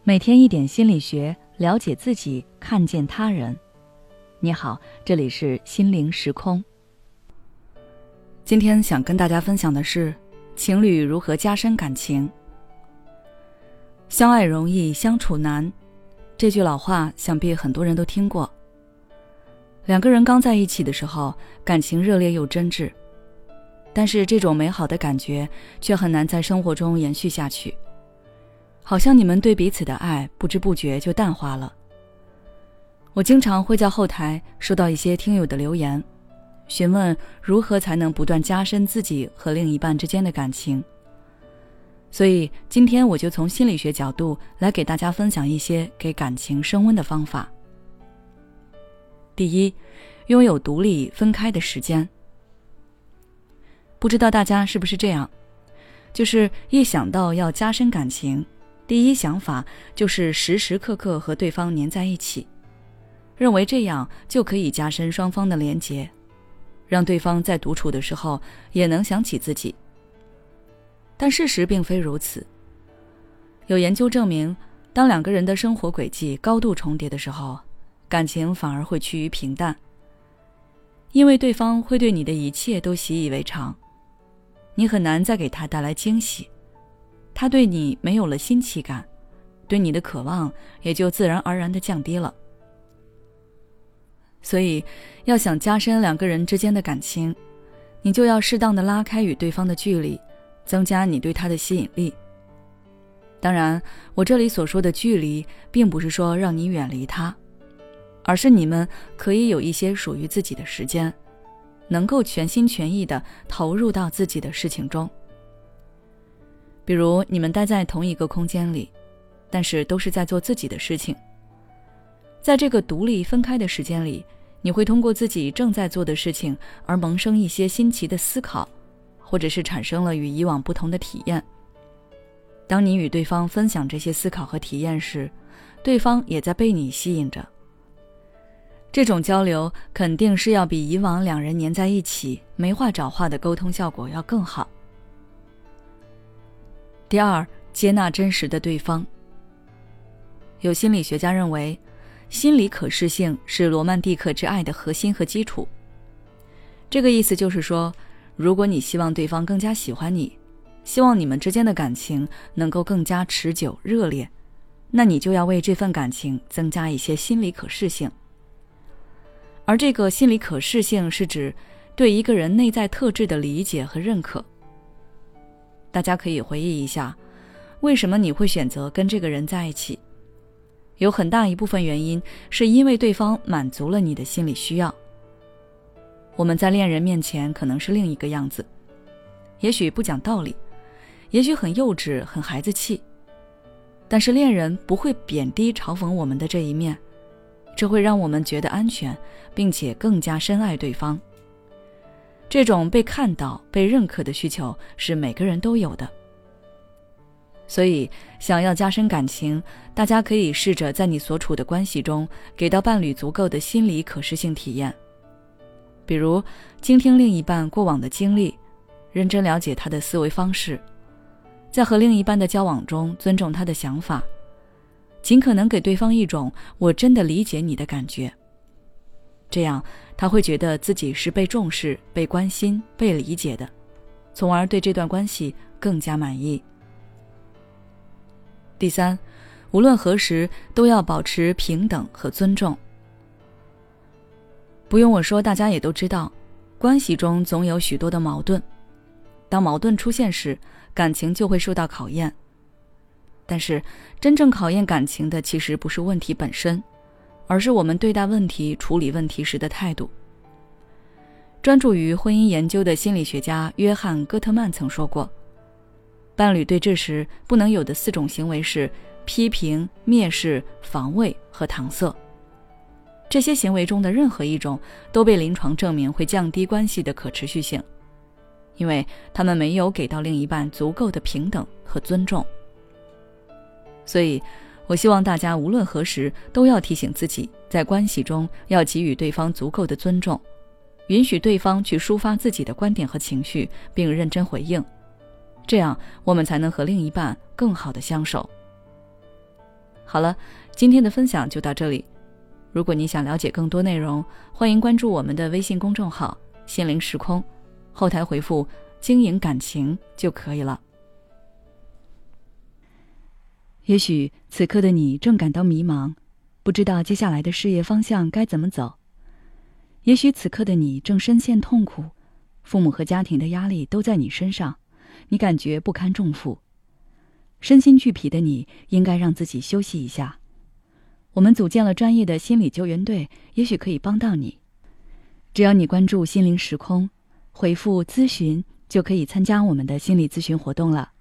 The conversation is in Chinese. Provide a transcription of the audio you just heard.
每天一点心理学，了解自己，看见他人。你好，这里是心灵时空。今天想跟大家分享的是，情侣如何加深感情。相爱容易相处难，这句老话想必很多人都听过。两个人刚在一起的时候，感情热烈又真挚，但是这种美好的感觉却很难在生活中延续下去，好像你们对彼此的爱不知不觉就淡化了。我经常会在后台收到一些听友的留言，询问如何才能不断加深自己和另一半之间的感情。所以今天我就从心理学角度来给大家分享一些给感情升温的方法。第一，拥有独立分开的时间。不知道大家是不是这样，就是一想到要加深感情，第一想法就是时时刻刻和对方黏在一起，认为这样就可以加深双方的连结，让对方在独处的时候也能想起自己。但事实并非如此。有研究证明，当两个人的生活轨迹高度重叠的时候，感情反而会趋于平淡，因为对方会对你的一切都习以为常，你很难再给他带来惊喜，他对你没有了新奇感，对你的渴望也就自然而然地降低了。所以要想加深两个人之间的感情，你就要适当地拉开与对方的距离，增加你对他的吸引力。当然，我这里所说的距离并不是说让你远离他，而是你们可以有一些属于自己的时间，能够全心全意地投入到自己的事情中。比如你们待在同一个空间里，但是都是在做自己的事情。在这个独立分开的时间里，你会通过自己正在做的事情而萌生一些新奇的思考，或者是产生了与以往不同的体验。当你与对方分享这些思考和体验时，对方也在被你吸引着。这种交流肯定是要比以往两人黏在一起没话找话的沟通效果要更好。第二，接纳真实的对方。有心理学家认为，心理可视性是罗曼蒂克之爱的核心和基础。这个意思就是说，如果你希望对方更加喜欢你，希望你们之间的感情能够更加持久热烈，那你就要为这份感情增加一些心理可视性。而这个心理可视性是指对一个人内在特质的理解和认可。大家可以回忆一下，为什么你会选择跟这个人在一起？有很大一部分原因是因为对方满足了你的心理需要。我们在恋人面前可能是另一个样子，也许不讲道理，也许很幼稚很孩子气，但是恋人不会贬低嘲讽我们的这一面，这会让我们觉得安全，并且更加深爱对方。这种被看到被认可的需求是每个人都有的。所以想要加深感情，大家可以试着在你所处的关系中给到伴侣足够的心理可视性体验，比如倾听另一半过往的经历，认真了解他的思维方式，在和另一半的交往中尊重他的想法，尽可能给对方一种我真的理解你的感觉。这样他会觉得自己是被重视、被关心、被理解的，从而对这段关系更加满意。第三，无论何时都要保持平等和尊重。不用我说，大家也都知道，关系中总有许多的矛盾，当矛盾出现时，感情就会受到考验。但是真正考验感情的其实不是问题本身，而是我们对待问题、处理问题时的态度。专注于婚姻研究的心理学家约翰·戈特曼曾说过，伴侣对峙时不能有的4种行为是批评、蔑视、防卫和搪塞。这些行为中的任何一种都被临床证明会降低关系的可持续性，因为他们没有给到另一半足够的平等和尊重。所以我希望大家无论何时都要提醒自己，在关系中要给予对方足够的尊重，允许对方去抒发自己的观点和情绪，并认真回应，这样我们才能和另一半更好的相守。 好了，今天的分享就到这里。如果你想了解更多内容，欢迎关注我们的微信公众号心灵时空，后台回复经营感情就可以了。也许此刻的你正感到迷茫，不知道接下来的事业方向该怎么走。也许此刻的你正深陷痛苦，父母和家庭的压力都在你身上，你感觉不堪重负。身心俱疲的你应该让自己休息一下。我们组建了专业的心理救援队，也许可以帮到你。只要你关注心灵时空，回复咨询就可以参加我们的心理咨询活动了。